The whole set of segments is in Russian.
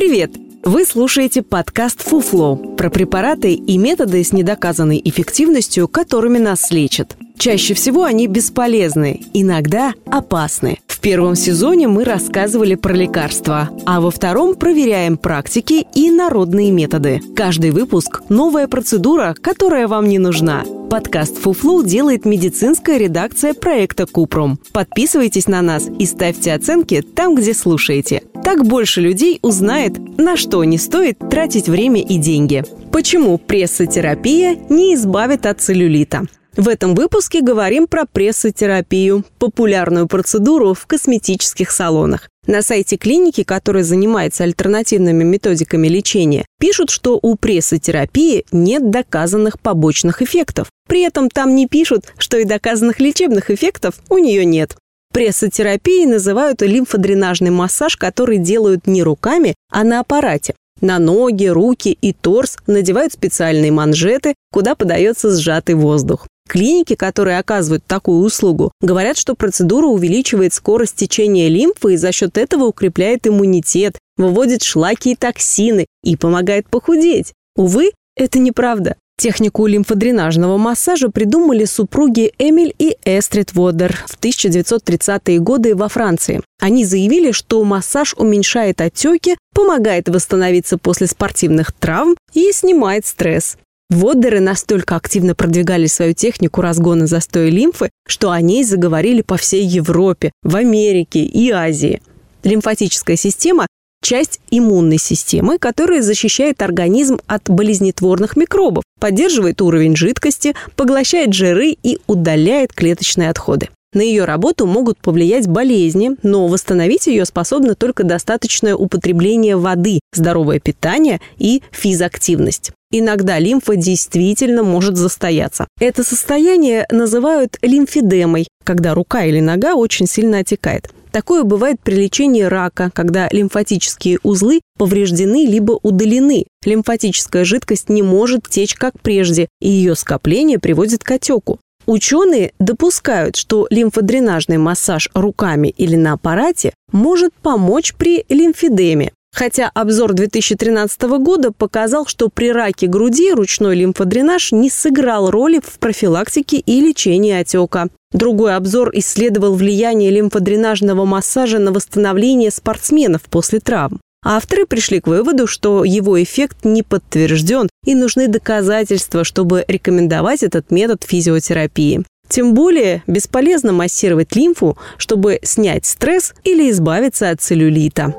Привет! Вы слушаете подкаст «Фуфло» про препараты и методы с недоказанной эффективностью, которыми нас лечат. Чаще всего они бесполезны, иногда опасны. В первом сезоне мы рассказывали про лекарства, а во втором проверяем практики и народные методы. Каждый выпуск – новая процедура, которая вам не нужна. Подкаст «Фуфло» делает медицинская редакция проекта «Купрум». Подписывайтесь на нас и ставьте оценки там, где слушаете. Так больше людей узнает, на что не стоит тратить время и деньги. Почему прессотерапия не избавит от целлюлита? В этом выпуске говорим про прессотерапию, популярную процедуру в косметических салонах. На сайте клиники, которая занимается альтернативными методиками лечения, пишут, что у прессотерапии нет доказанных побочных эффектов. При этом там не пишут, что и доказанных лечебных эффектов у нее нет. Прессотерапией называют лимфодренажный массаж, который делают не руками, а на аппарате. На ноги, руки и торс надевают специальные манжеты, куда подается сжатый воздух. Клиники, которые оказывают такую услугу, говорят, что процедура увеличивает скорость течения лимфы и за счет этого укрепляет иммунитет, выводит шлаки и токсины и помогает похудеть. Увы, это неправда. Технику лимфодренажного массажа придумали супруги Эмиль и Эстрид Водер в 1930-е годы во Франции. Они заявили, что массаж уменьшает отеки, помогает восстановиться после спортивных травм и снимает стресс. Водеры настолько активно продвигали свою технику разгона застоя лимфы, что о ней заговорили по всей Европе, в Америке и Азии. Лимфатическая система – часть иммунной системы, которая защищает организм от болезнетворных микробов, поддерживает уровень жидкости, поглощает жиры и удаляет клеточные отходы. На ее работу могут повлиять болезни, но восстановить ее способно только достаточное употребление воды, здоровое питание и физактивность. Иногда лимфа действительно может застояться. Это состояние называют лимфедемой, когда рука или нога очень сильно отекает. Такое бывает при лечении рака, когда лимфатические узлы повреждены либо удалены. Лимфатическая жидкость не может течь как прежде, и ее скопление приводит к отеку. Ученые допускают, что лимфодренажный массаж руками или на аппарате может помочь при лимфедеме. Хотя обзор 2013 года показал, что при раке груди ручной лимфодренаж не сыграл роли в профилактике и лечении отека. Другой обзор исследовал влияние лимфодренажного массажа на восстановление спортсменов после травм. Авторы пришли к выводу, что его эффект не подтвержден и нужны доказательства, чтобы рекомендовать этот метод физиотерапии. Тем более бесполезно массировать лимфу, чтобы снять стресс или избавиться от целлюлита.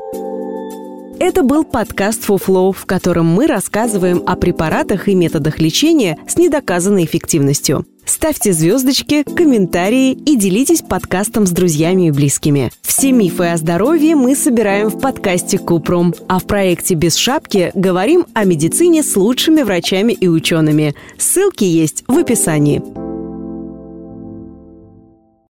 Это был подкаст «Фуфло», в котором мы рассказываем о препаратах и методах лечения с недоказанной эффективностью. Ставьте звездочки, комментарии и делитесь подкастом с друзьями и близкими. Все мифы о здоровье мы собираем в подкасте «Купрум», а в проекте «Без шапки» говорим о медицине с лучшими врачами и учеными. Ссылки есть в описании.